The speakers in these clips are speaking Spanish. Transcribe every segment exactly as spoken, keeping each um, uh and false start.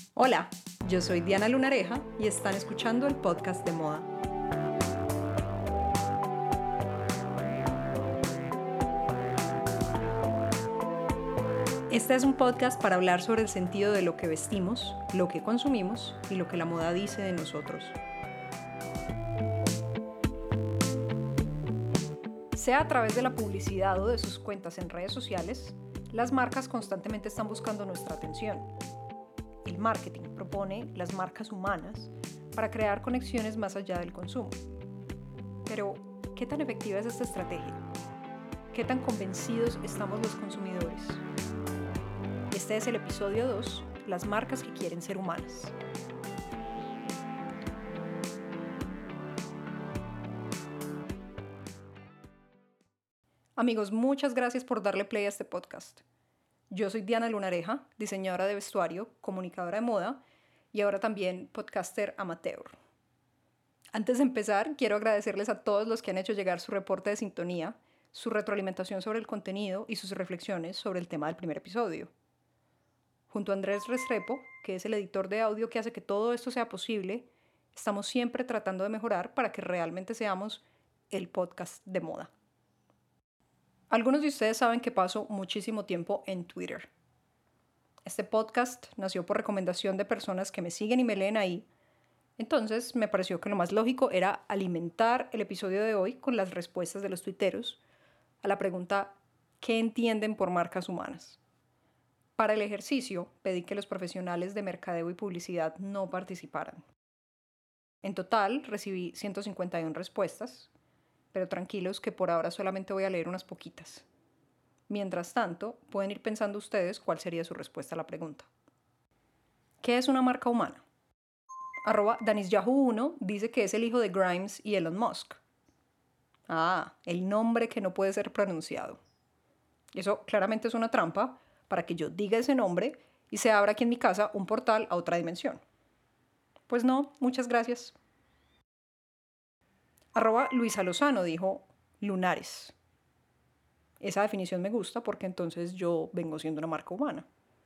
Hola, yo soy Diana Lunareja y están escuchando el podcast de moda. Este es un podcast para hablar sobre el sentido de lo que vestimos, lo que consumimos y lo que la moda dice de nosotros. Sea a través de la publicidad o de sus cuentas en redes sociales, las marcas constantemente están buscando nuestra atención. El marketing propone las marcas humanas para crear conexiones más allá del consumo. Pero, ¿qué tan efectiva es esta estrategia? ¿Qué tan convencidos estamos los consumidores? Este es el episodio dos, las marcas que quieren ser humanas. Amigos, muchas gracias por darle play a este podcast. Yo soy Diana Lunareja, diseñadora de vestuario, comunicadora de moda y ahora también podcaster amateur. Antes de empezar, quiero agradecerles a todos los que han hecho llegar su reporte de sintonía, su retroalimentación sobre el contenido y sus reflexiones sobre el tema del primer episodio. Junto a Andrés Restrepo, que es el editor de audio que hace que todo esto sea posible, estamos siempre tratando de mejorar para que realmente seamos el podcast de moda. Algunos de ustedes saben que paso muchísimo tiempo en Twitter. Este podcast nació por recomendación de personas que me siguen y me leen ahí, entonces me pareció que lo más lógico era alimentar el episodio de hoy con las respuestas de los tuiteros a la pregunta ¿qué entienden por marcas humanas? Para el ejercicio pedí que los profesionales de mercadeo y publicidad no participaran. En total recibí ciento cincuenta y una respuestas, pero tranquilos que por ahora solamente voy a leer unas poquitas. Mientras tanto, pueden ir pensando ustedes cuál sería su respuesta a la pregunta. ¿Qué es una marca humana? Arroba DanisYahoo uno dice que es el hijo de Grimes y Elon Musk. Ah, el nombre que no puede ser pronunciado. Eso claramente es una trampa para que yo diga ese nombre y se abra aquí en mi casa un portal a otra dimensión. Pues no, muchas gracias. Arroba Luisa Lozano dijo lunares. Esa definición me gusta porque entonces yo vengo siendo una marca humana.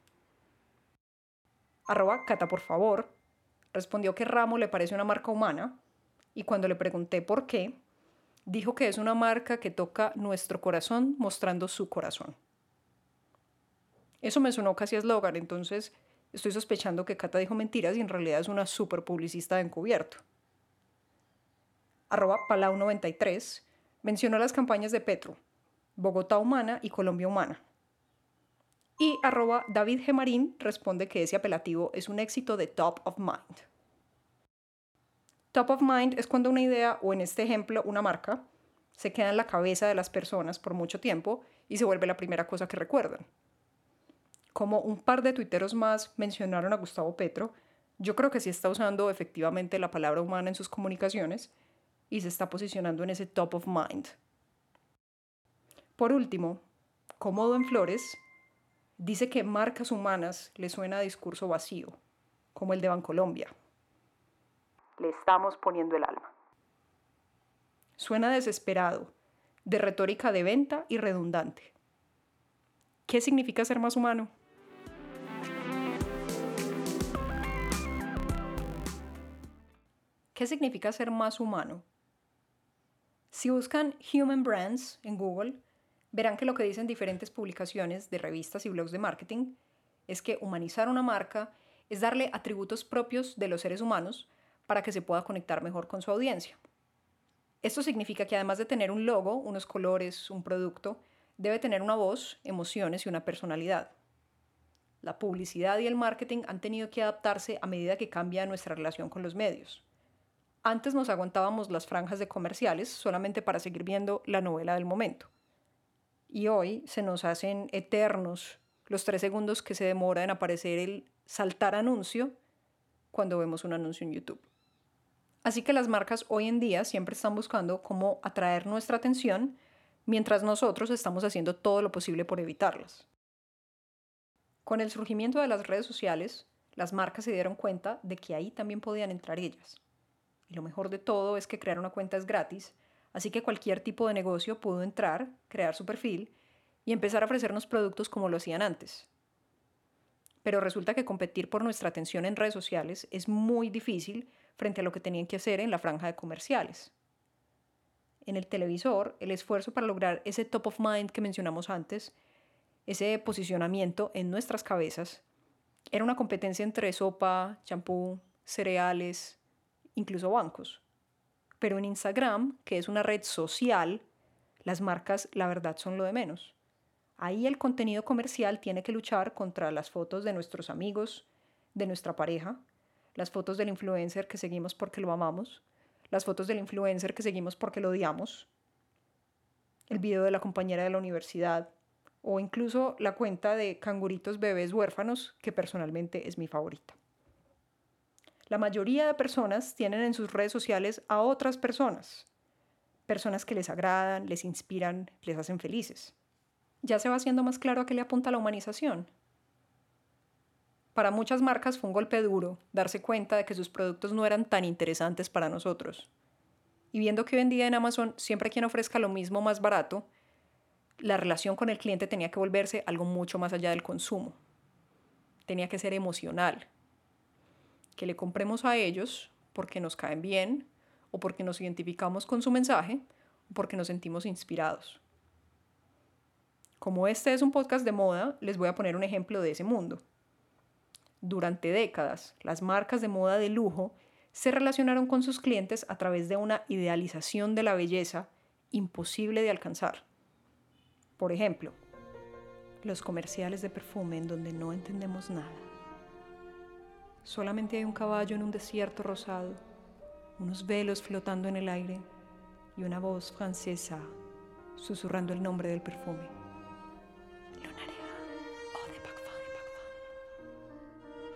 Arroba Cata por favor respondió que Ramo le parece una marca humana y cuando le pregunté por qué, dijo que es una marca que toca nuestro corazón mostrando su corazón. Eso me sonó casi a eslogan, entonces estoy sospechando que Cata dijo mentiras y en realidad es una super publicista de encubierto. Arroba Palau noventa y tres mencionó las campañas de Petro, Bogotá Humana y Colombia Humana. Y arroba David G. Marín responde que ese apelativo es un éxito de top of mind. Top of mind es cuando una idea, o en este ejemplo una marca, se queda en la cabeza de las personas por mucho tiempo y se vuelve la primera cosa que recuerdan. Como un par de tuiteros más mencionaron a Gustavo Petro, yo creo que sí está usando efectivamente la palabra humana en sus comunicaciones y se está posicionando en ese top of mind. Por último, Cómodo en Flores dice que marcas humanas le suena a discurso vacío, como el de Bancolombia. Le estamos poniendo el alma. Suena desesperado, de retórica de venta y redundante. ¿Qué significa ser más humano? ¿Qué significa ser más humano? Si buscan Human Brands en Google, verán que lo que dicen diferentes publicaciones de revistas y blogs de marketing es que humanizar una marca es darle atributos propios de los seres humanos para que se pueda conectar mejor con su audiencia. Esto significa que además de tener un logo, unos colores, un producto, debe tener una voz, emociones y una personalidad. La publicidad y el marketing han tenido que adaptarse a medida que cambia nuestra relación con los medios. Antes nos aguantábamos las franjas de comerciales solamente para seguir viendo la novela del momento. Y hoy se nos hacen eternos los tres segundos que se demora en aparecer el saltar anuncio cuando vemos un anuncio en YouTube. Así que las marcas hoy en día siempre están buscando cómo atraer nuestra atención mientras nosotros estamos haciendo todo lo posible por evitarlas. Con el surgimiento de las redes sociales, las marcas se dieron cuenta de que ahí también podían entrar ellas. Y lo mejor de todo es que crear una cuenta es gratis, así que cualquier tipo de negocio pudo entrar, crear su perfil y empezar a ofrecernos productos como lo hacían antes. pero resulta que competir por nuestra atención en redes sociales es muy difícil frente a lo que tenían que hacer en la franja de comerciales. En el televisor, el esfuerzo para lograr ese top of mind que mencionamos antes, ese posicionamiento en nuestras cabezas, era una competencia entre sopa, champú, cereales, incluso bancos. Pero en Instagram, que es una red social, las marcas, la verdad, son lo de menos. Ahí el contenido comercial tiene que luchar contra las fotos de nuestros amigos, de nuestra pareja, las fotos del influencer que seguimos porque lo amamos, las fotos del influencer que seguimos porque lo odiamos, el video de la compañera de la universidad o incluso la cuenta de canguritos bebés huérfanos, que personalmente es mi favorita. La mayoría de personas tienen en sus redes sociales a otras personas, personas que les agradan, les inspiran, les hacen felices. ¿Ya se va haciendo más claro a qué le apunta la humanización? Para muchas marcas fue un golpe duro darse cuenta de que sus productos no eran tan interesantes para nosotros. Y viendo que hoy en día en Amazon siempre hay quien ofrezca lo mismo más barato, la relación con el cliente tenía que volverse algo mucho más allá del consumo. Tenía que ser emocional. Que le compremos a ellos porque nos caen bien, o porque nos identificamos con su mensaje, o porque nos sentimos inspirados. Como este es un podcast de moda, les voy a poner un ejemplo de ese mundo. Durante décadas, las marcas de moda de lujo se relacionaron con sus clientes a través de una idealización de la belleza imposible de alcanzar. Por ejemplo, los comerciales de perfume en donde no entendemos nada. Solamente hay un caballo en un desierto rosado, unos velos flotando en el aire y una voz francesa susurrando el nombre del perfume. Lunareja, eau de parfum, de parfum.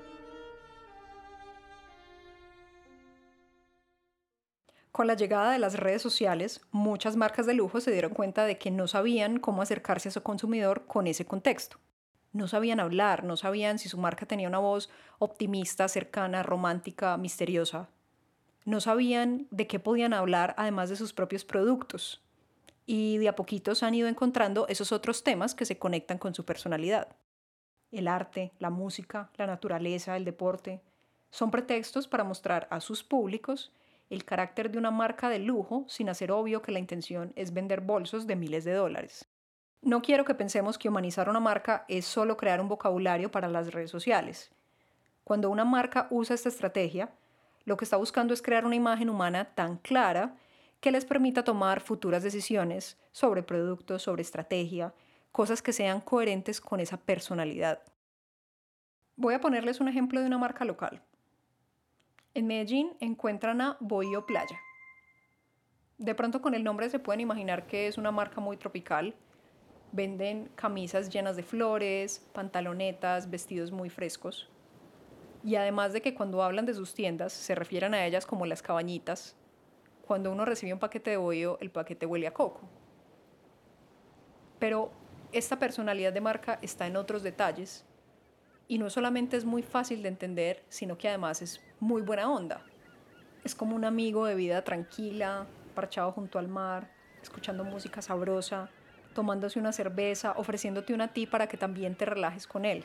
Con la llegada de las redes sociales, muchas marcas de lujo se dieron cuenta de que no sabían cómo acercarse a su consumidor con ese contexto. No sabían hablar, no sabían si su marca tenía una voz optimista, cercana, romántica, misteriosa. No sabían de qué podían hablar además de sus propios productos. Y de a poquitos han ido encontrando esos otros temas que se conectan con su personalidad. El arte, la música, la naturaleza, el deporte, son pretextos para mostrar a sus públicos el carácter de una marca de lujo sin hacer obvio que la intención es vender bolsos de miles de dólares. No quiero que pensemos que humanizar una marca es solo crear un vocabulario para las redes sociales. Cuando una marca usa esta estrategia, lo que está buscando es crear una imagen humana tan clara que les permita tomar futuras decisiones sobre productos, sobre estrategia, cosas que sean coherentes con esa personalidad. Voy a ponerles un ejemplo de una marca local. En Medellín encuentran a Bohío Playa. De pronto con el nombre se pueden imaginar que es una marca muy tropical. Venden camisas llenas de flores, pantalonetas, vestidos muy frescos. Y además de que cuando hablan de sus tiendas se refieren a ellas como las cabañitas, cuando uno recibe un paquete de bohío, el paquete huele a coco. Pero esta personalidad de marca está en otros detalles y no solamente es muy fácil de entender, sino que además es muy buena onda. Es como un amigo de vida tranquila, parchado junto al mar, escuchando música sabrosa, tomándose una cerveza, ofreciéndote una tía para que también te relajes con él.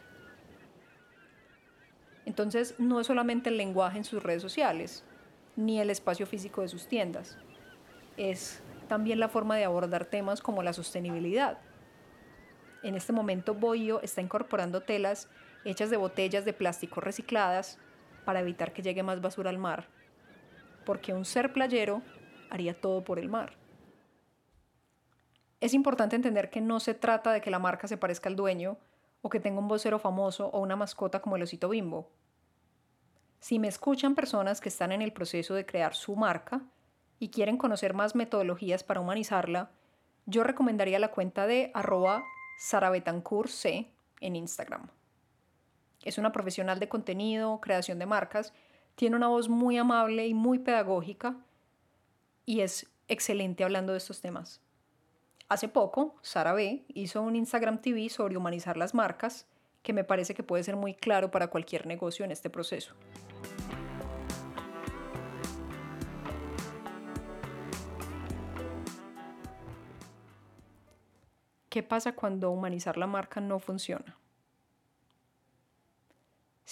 Entonces, no es solamente el lenguaje en sus redes sociales, ni el espacio físico de sus tiendas. Es también la forma de abordar temas como la sostenibilidad. En este momento, Bohío está incorporando telas hechas de botellas de plástico recicladas para evitar que llegue más basura al mar, porque un ser playero haría todo por el mar. Es importante entender que no se trata de que la marca se parezca al dueño o que tenga un vocero famoso o una mascota como el osito Bimbo. Si me escuchan personas que están en el proceso de crear su marca y quieren conocer más metodologías para humanizarla, yo recomendaría la cuenta de arroba sarabetancourtc en Instagram. Es una profesional de contenido, creación de marcas, tiene una voz muy amable y muy pedagógica y es excelente hablando de estos temas. Hace poco, Sara B. hizo un Instagram T V sobre humanizar las marcas, que me parece que puede ser muy claro para cualquier negocio en este proceso. ¿Qué pasa cuando humanizar la marca no funciona?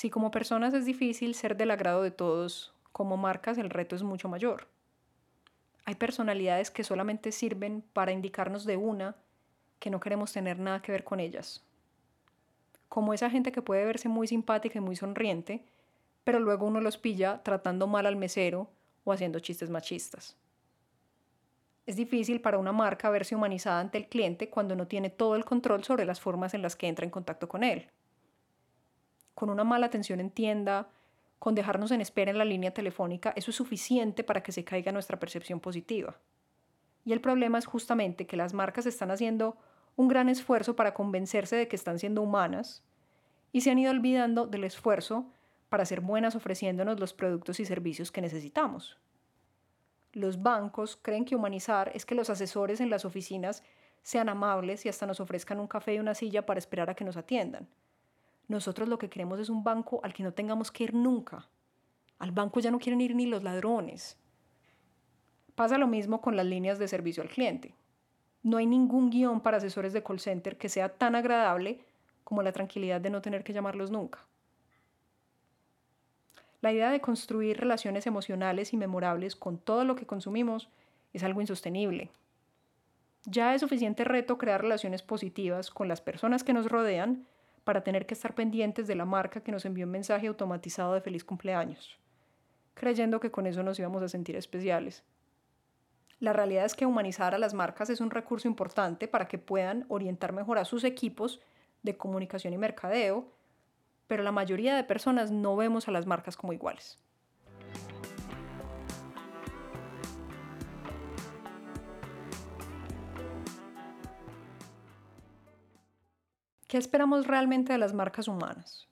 Si como personas es difícil ser del agrado de todos, como marcas el reto es mucho mayor. Hay personalidades que solamente sirven para indicarnos de una que no queremos tener nada que ver con ellas. Como esa gente que puede verse muy simpática y muy sonriente, pero luego uno los pilla tratando mal al mesero o haciendo chistes machistas. Es difícil para una marca verse humanizada ante el cliente cuando no tiene todo el control sobre las formas en las que entra en contacto con él. Con una mala atención en tienda, con dejarnos en espera en la línea telefónica, eso es suficiente para que se caiga nuestra percepción positiva. Y el problema es justamente que las marcas están haciendo un gran esfuerzo para convencerse de que están siendo humanas y se han ido olvidando del esfuerzo para ser buenas ofreciéndonos los productos y servicios que necesitamos. Los bancos creen que humanizar es que los asesores en las oficinas sean amables y hasta nos ofrezcan un café y una silla para esperar a que nos atiendan. Nosotros lo que queremos es un banco al que no tengamos que ir nunca. Al banco ya no quieren ir ni los ladrones. Pasa lo mismo con las líneas de servicio al cliente. No hay ningún guión para asesores de call center que sea tan agradable como la tranquilidad de no tener que llamarlos nunca. La idea de construir relaciones emocionales y memorables con todo lo que consumimos es algo insostenible. Ya es suficiente reto crear relaciones positivas con las personas que nos rodean para tener que estar pendientes de la marca que nos envió un mensaje automatizado de feliz cumpleaños, creyendo que con eso nos íbamos a sentir especiales. La realidad es que humanizar a las marcas es un recurso importante para que puedan orientar mejor a sus equipos de comunicación y mercadeo, pero la mayoría de personas no vemos a las marcas como iguales. ¿Qué esperamos realmente de las marcas humanas?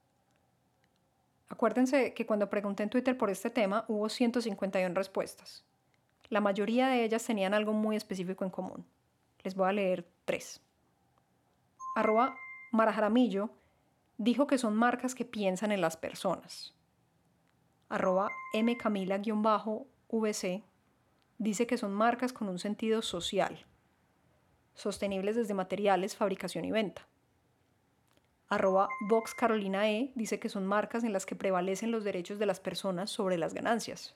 Acuérdense que cuando pregunté en Twitter por este tema hubo ciento cincuenta y una respuestas. La mayoría de ellas tenían algo muy específico en común. Les voy a leer tres. Arroba Marajaramillo dijo que son marcas que piensan en las personas. Arroba mcamila-vc dice que son marcas con un sentido social, sostenibles desde materiales, fabricación y venta. Arroba Vox Carolina E dice que son marcas en las que prevalecen los derechos de las personas sobre las ganancias.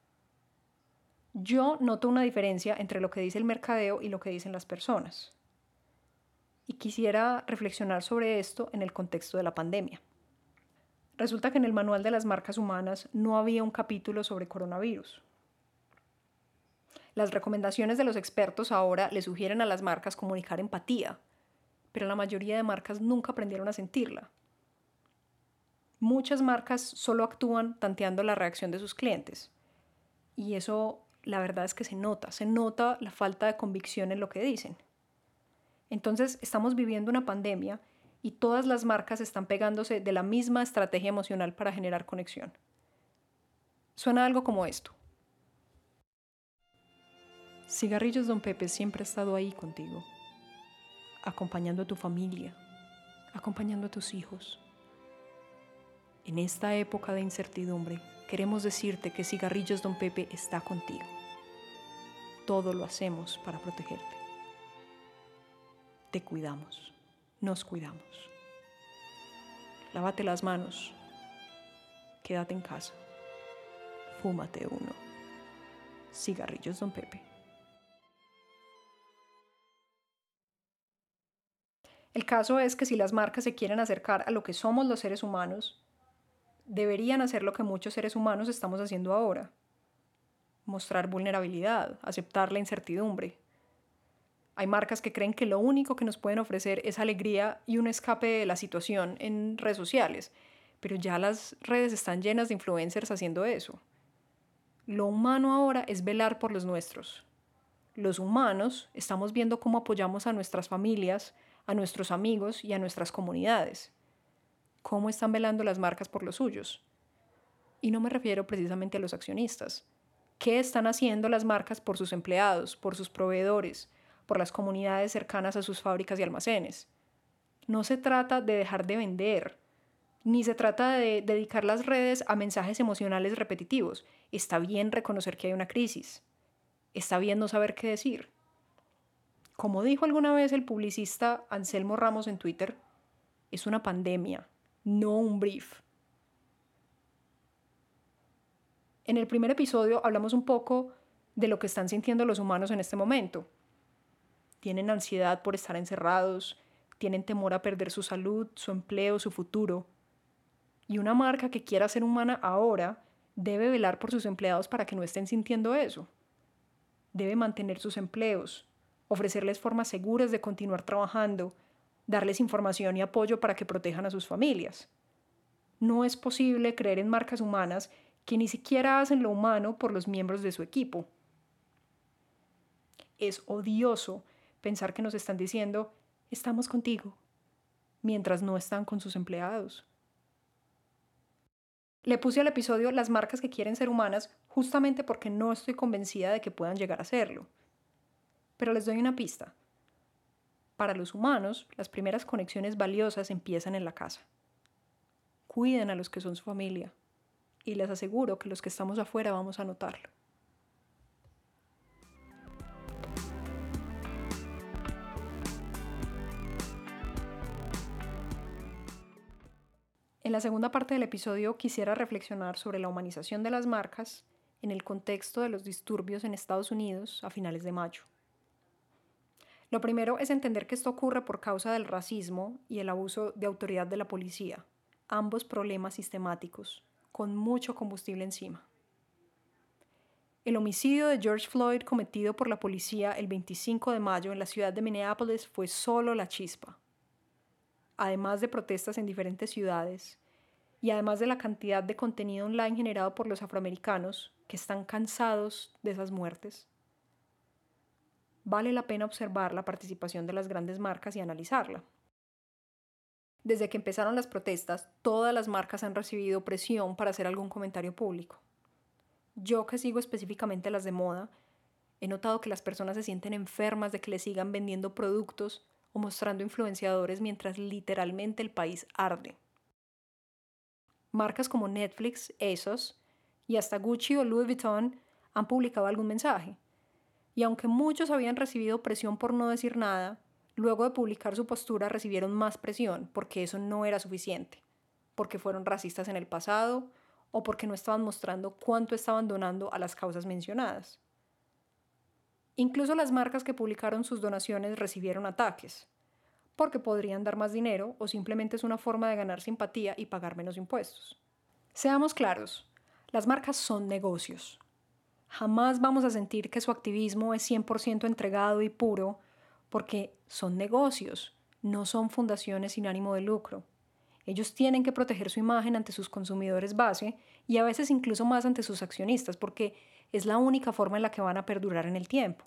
Yo noto una diferencia entre lo que dice el mercadeo y lo que dicen las personas. Y quisiera reflexionar sobre esto en el contexto de la pandemia. Resulta que en el manual de las marcas humanas no había un capítulo sobre coronavirus. Las recomendaciones de los expertos ahora le sugieren a las marcas comunicar empatía, pero la mayoría de marcas nunca aprendieron a sentirla. Muchas marcas solo actúan tanteando la reacción de sus clientes. Y eso, la verdad es que se nota, se nota la falta de convicción en lo que dicen. Entonces, estamos viviendo una pandemia y todas las marcas están pegándose de la misma estrategia emocional para generar conexión. Suena algo como esto. Cigarrillos Don Pepe siempre ha estado ahí contigo, acompañando a tu familia, acompañando a tus hijos. En esta época de incertidumbre, queremos decirte que Cigarrillos Don Pepe está contigo. Todo lo hacemos para protegerte. Te cuidamos, nos cuidamos. Lávate las manos, quédate en casa, fúmate uno. Cigarrillos Don Pepe. El caso es que si las marcas se quieren acercar a lo que somos los seres humanos, deberían hacer lo que muchos seres humanos estamos haciendo ahora. Mostrar vulnerabilidad, aceptar la incertidumbre. Hay marcas que creen que lo único que nos pueden ofrecer es alegría y un escape de la situación en redes sociales, pero ya las redes están llenas de influencers haciendo eso. Lo humano ahora es velar por los nuestros. Los humanos estamos viendo cómo apoyamos a nuestras familias, a nuestros amigos y a nuestras comunidades. Cómo están velando las marcas por los suyos. Y no me refiero precisamente a los accionistas. ¿Qué están haciendo las marcas por sus empleados, por sus proveedores, por las comunidades cercanas a sus fábricas y almacenes? No se trata de dejar de vender, ni se trata de dedicar las redes a mensajes emocionales repetitivos. Está bien reconocer que hay una crisis. Está bien no saber qué decir. Como dijo alguna vez el publicista Anselmo Ramos en Twitter, es una pandemia, no un brief. En el primer episodio hablamos un poco de lo que están sintiendo los humanos en este momento. Tienen ansiedad por estar encerrados, tienen temor a perder su salud, su empleo, su futuro. Y una marca que quiera ser humana ahora debe velar por sus empleados para que no estén sintiendo eso. Debe mantener sus empleos, ofrecerles formas seguras de continuar trabajando, darles información y apoyo para que protejan a sus familias. No es posible creer en marcas humanas que ni siquiera hacen lo humano por los miembros de su equipo. Es odioso pensar que nos están diciendo, estamos contigo, mientras no están con sus empleados. Le puse al episodio las marcas que quieren ser humanas justamente porque no estoy convencida de que puedan llegar a serlo. Pero les doy una pista. Para los humanos, las primeras conexiones valiosas empiezan en la casa. Cuiden a los que son su familia y les aseguro que los que estamos afuera vamos a notarlo. En la segunda parte del episodio quisiera reflexionar sobre la humanización de las marcas en el contexto de los disturbios en Estados Unidos a finales de mayo. Lo primero es entender que esto ocurre por causa del racismo y el abuso de autoridad de la policía, ambos problemas sistemáticos, con mucho combustible encima. El homicidio de George Floyd cometido por la policía el veinticinco de mayo en la ciudad de Minneapolis fue solo la chispa. Además de protestas en diferentes ciudades, y además de la cantidad de contenido online generado por los afroamericanos que están cansados de esas muertes, vale la pena observar la participación de las grandes marcas y analizarla. Desde que empezaron las protestas, todas las marcas han recibido presión para hacer algún comentario público. Yo, que sigo específicamente las de moda, he notado que las personas se sienten enfermas de que les sigan vendiendo productos o mostrando influenciadores mientras literalmente el país arde. Marcas como Netflix, ASOS y hasta Gucci o Louis Vuitton han publicado algún mensaje. Y aunque muchos habían recibido presión por no decir nada, luego de publicar su postura recibieron más presión porque eso no era suficiente, porque fueron racistas en el pasado o porque no estaban mostrando cuánto estaban donando a las causas mencionadas. Incluso las marcas que publicaron sus donaciones recibieron ataques, porque podrían dar más dinero o simplemente es una forma de ganar simpatía y pagar menos impuestos. Seamos claros, las marcas son negocios. Jamás vamos a sentir que su activismo es cien por ciento entregado y puro, porque son negocios, no son fundaciones sin ánimo de lucro. Ellos tienen que proteger su imagen ante sus consumidores base y a veces incluso más ante sus accionistas, porque es la única forma en la que van a perdurar en el tiempo.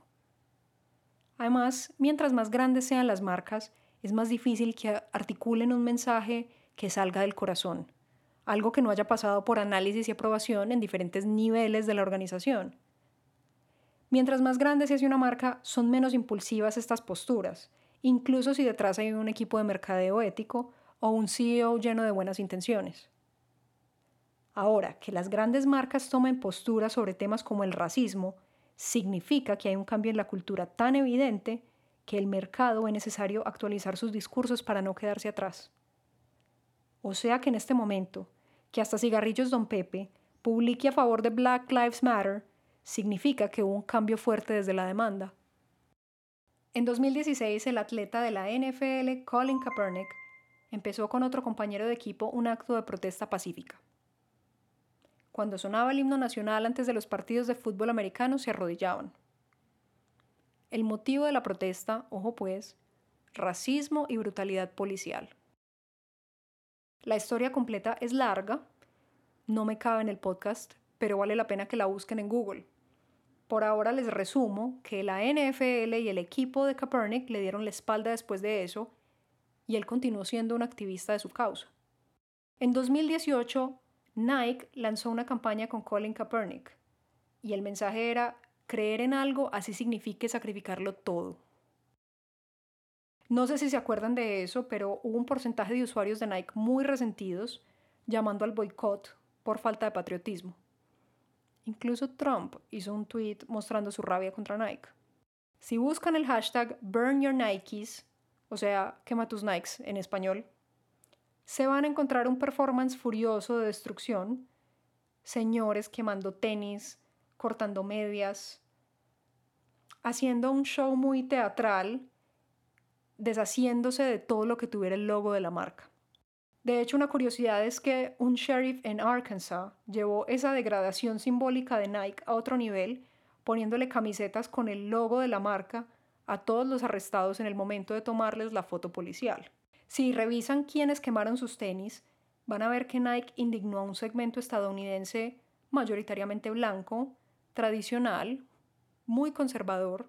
Además, mientras más grandes sean las marcas, es más difícil que articulen un mensaje que salga del corazón, algo que no haya pasado por análisis y aprobación en diferentes niveles de la organización. Mientras más grande se hace una marca, son menos impulsivas estas posturas, incluso si detrás hay un equipo de mercadeo ético o un C E O lleno de buenas intenciones. Ahora, que las grandes marcas tomen posturas sobre temas como el racismo, significa que hay un cambio en la cultura tan evidente que el mercado ve necesario actualizar sus discursos para no quedarse atrás. O sea que en este momento, que hasta Cigarrillos Don Pepe publique a favor de Black Lives Matter, significa que hubo un cambio fuerte desde la demanda. En dos mil dieciséis, el atleta de la N F L, Colin Kaepernick, empezó con otro compañero de equipo un acto de protesta pacífica. Cuando sonaba el himno nacional antes de los partidos de fútbol americano, se arrodillaban. El motivo de la protesta, ojo pues, racismo y brutalidad policial. La historia completa es larga, no me cabe en el podcast, pero vale la pena que la busquen en Google. Por ahora les resumo que la N F L y el equipo de Kaepernick le dieron la espalda después de eso y él continuó siendo un activista de su causa. En dos mil dieciocho, Nike lanzó una campaña con Colin Kaepernick y el mensaje era: creer en algo así signifique sacrificarlo todo. No sé si se acuerdan de eso, pero hubo un porcentaje de usuarios de Nike muy resentidos llamando al boicot por falta de patriotismo. Incluso Trump hizo un tweet mostrando su rabia contra Nike. Si buscan el hashtag Burn Your Nikes, o sea, quema tus Nikes en español, se van a encontrar un performance furioso de destrucción señores quemando tenis, cortando medias, haciendo un show muy teatral, deshaciéndose de todo lo que tuviera el logo de la marca. De hecho, una curiosidad es que un sheriff en Arkansas llevó esa degradación simbólica de Nike a otro nivel, poniéndole camisetas con el logo de la marca a todos los arrestados en el momento de tomarles la foto policial. Si revisan quiénes quemaron sus tenis, van a ver que Nike indignó a un segmento estadounidense mayoritariamente blanco, tradicional, muy conservador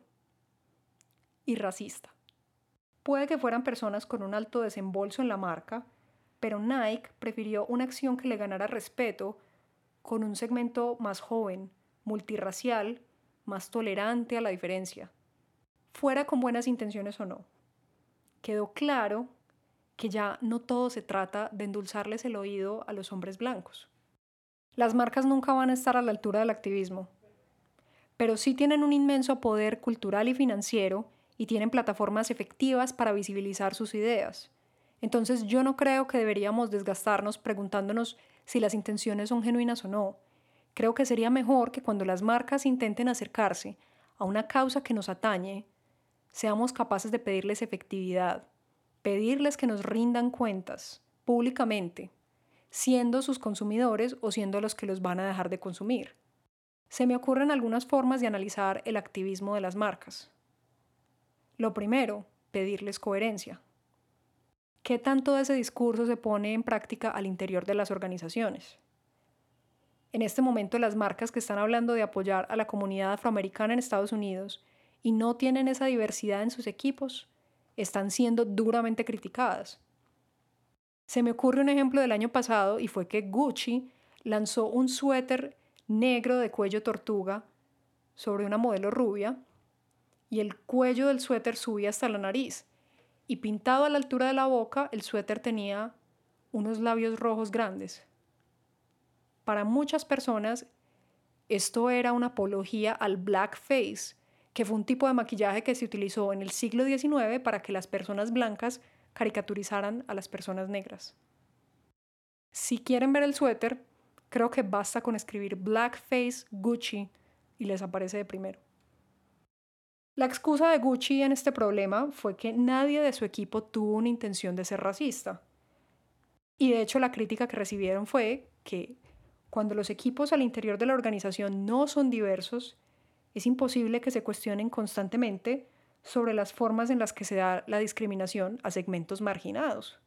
y racista. Puede que fueran personas con un alto desembolso en la marca, pero Nike prefirió una acción que le ganara respeto con un segmento más joven, multirracial, más tolerante a la diferencia, fuera con buenas intenciones o no. Quedó claro que ya no todo se trata de endulzarles el oído a los hombres blancos. Las marcas nunca van a estar a la altura del activismo, pero sí tienen un inmenso poder cultural y financiero y tienen plataformas efectivas para visibilizar sus ideas. Entonces yo no creo que deberíamos desgastarnos preguntándonos si las intenciones son genuinas o no. Creo que sería mejor que cuando las marcas intenten acercarse a una causa que nos atañe, seamos capaces de pedirles efectividad, pedirles que nos rindan cuentas públicamente, siendo sus consumidores o siendo los que los van a dejar de consumir. Se me ocurren algunas formas de analizar el activismo de las marcas. Lo primero, pedirles coherencia. ¿Qué tanto de ese discurso se pone en práctica al interior de las organizaciones? En este momento, las marcas que están hablando de apoyar a la comunidad afroamericana en Estados Unidos y no tienen esa diversidad en sus equipos, están siendo duramente criticadas. Se me ocurre un ejemplo del año pasado y fue que Gucci lanzó un suéter negro de cuello tortuga sobre una modelo rubia y el cuello del suéter subía hasta la nariz. Y pintado a la altura de la boca, el suéter tenía unos labios rojos grandes. Para muchas personas, esto era una apología al blackface, que fue un tipo de maquillaje que se utilizó en el siglo diecinueve para que las personas blancas caricaturizaran a las personas negras. Si quieren ver el suéter, creo que basta con escribir blackface Gucci y les aparece de primero. La excusa de Gucci en este problema fue que nadie de su equipo tuvo una intención de ser racista. Y de hecho la crítica que recibieron fue que cuando los equipos al interior de la organización no son diversos, es imposible que se cuestionen constantemente sobre las formas en las que se da la discriminación a segmentos marginados.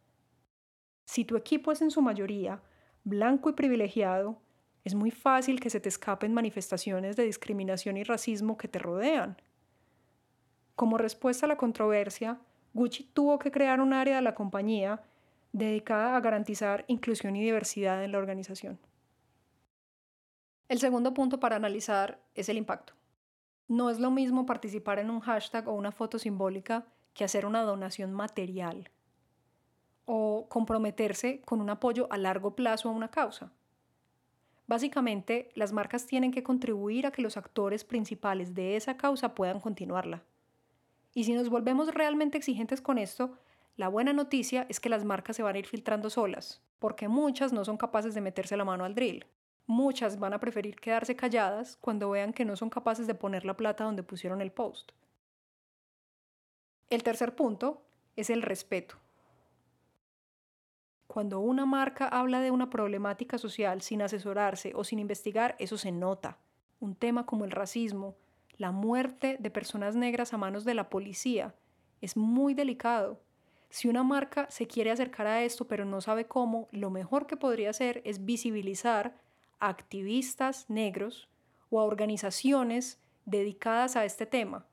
Si tu equipo es en su mayoría blanco y privilegiado, es muy fácil que se te escapen manifestaciones de discriminación y racismo que te rodean. Como respuesta a la controversia, Gucci tuvo que crear un área de la compañía dedicada a garantizar inclusión y diversidad en la organización. El segundo punto para analizar es el impacto. No es lo mismo participar en un hashtag o una foto simbólica que hacer una donación material o comprometerse con un apoyo a largo plazo a una causa. Básicamente, las marcas tienen que contribuir a que los actores principales de esa causa puedan continuarla. Y si nos volvemos realmente exigentes con esto, la buena noticia es que las marcas se van a ir filtrando solas, porque muchas no son capaces de meterse la mano al drill. Muchas van a preferir quedarse calladas cuando vean que no son capaces de poner la plata donde pusieron el post. El tercer punto es el respeto. Cuando una marca habla de una problemática social sin asesorarse o sin investigar, eso se nota. Un tema como el racismo, la muerte de personas negras a manos de la policía, es muy delicado. Si una marca se quiere acercar a esto pero no sabe cómo, lo mejor que podría hacer es visibilizar a activistas negros o a organizaciones dedicadas a este tema.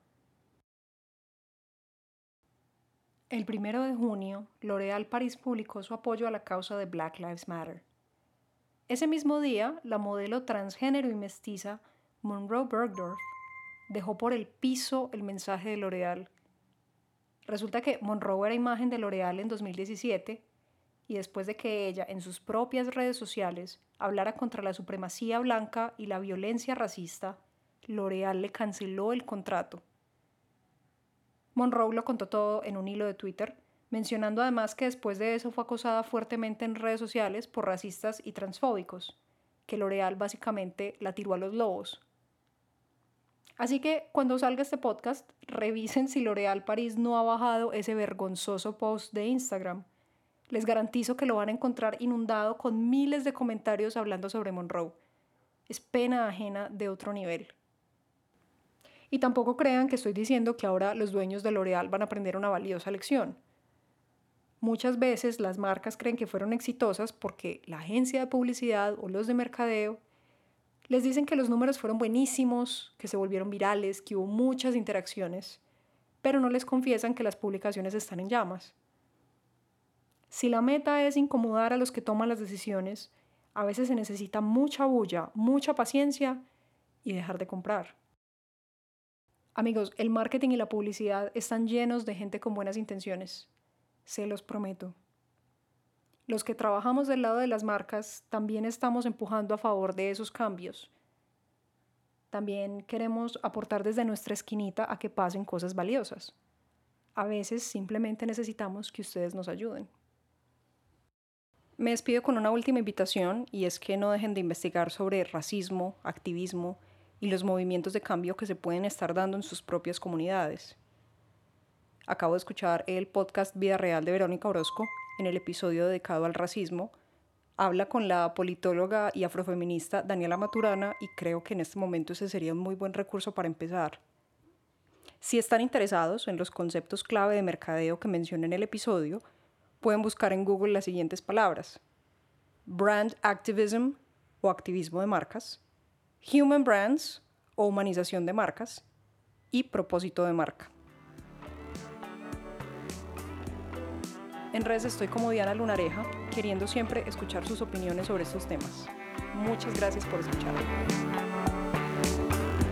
El primero de junio, L'Oréal Paris publicó su apoyo a la causa de Black Lives Matter. Ese mismo día, la modelo transgénero y mestiza Monroe Bergdorf dejó por el piso el mensaje de L'Oréal. Resulta que Monroe era imagen de L'Oréal en dos mil diecisiete y después de que ella en sus propias redes sociales hablara contra la supremacía blanca y la violencia racista, L'Oréal le canceló el contrato. Monroe lo contó todo en un hilo de Twitter, mencionando además que después de eso fue acosada fuertemente en redes sociales por racistas y transfóbicos, que L'Oréal básicamente la tiró a los lobos. Así que cuando salga este podcast, revisen si L'Oréal París no ha bajado ese vergonzoso post de Instagram. Les garantizo que lo van a encontrar inundado con miles de comentarios hablando sobre Monroe. Es pena ajena de otro nivel. Y tampoco crean que estoy diciendo que ahora los dueños de L'Oréal van a aprender una valiosa lección. Muchas veces las marcas creen que fueron exitosas porque la agencia de publicidad o los de mercadeo les dicen que los números fueron buenísimos, que se volvieron virales, que hubo muchas interacciones, pero no les confiesan que las publicaciones están en llamas. Si la meta es incomodar a los que toman las decisiones, a veces se necesita mucha bulla, mucha paciencia y dejar de comprar. Amigos, el marketing y la publicidad están llenos de gente con buenas intenciones. Se los prometo. Los que trabajamos del lado de las marcas también estamos empujando a favor de esos cambios. También queremos aportar desde nuestra esquinita a que pasen cosas valiosas. A veces simplemente necesitamos que ustedes nos ayuden. Me despido con una última invitación y es que no dejen de investigar sobre racismo, activismo y los movimientos de cambio que se pueden estar dando en sus propias comunidades. Acabo de escuchar el podcast Vida Real de Verónica Orozco. En el episodio dedicado al racismo, habla con la politóloga y afrofeminista Daniela Maturana y creo que en este momento ese sería un muy buen recurso para empezar. Si están interesados en los conceptos clave de mercadeo que mencioné en el episodio, pueden buscar en Google las siguientes palabras: brand activism o activismo de marcas, human brands o humanización de marcas y propósito de marca. En redes estoy como Diana Lunareja, queriendo siempre escuchar sus opiniones sobre estos temas. Muchas gracias por escucharme.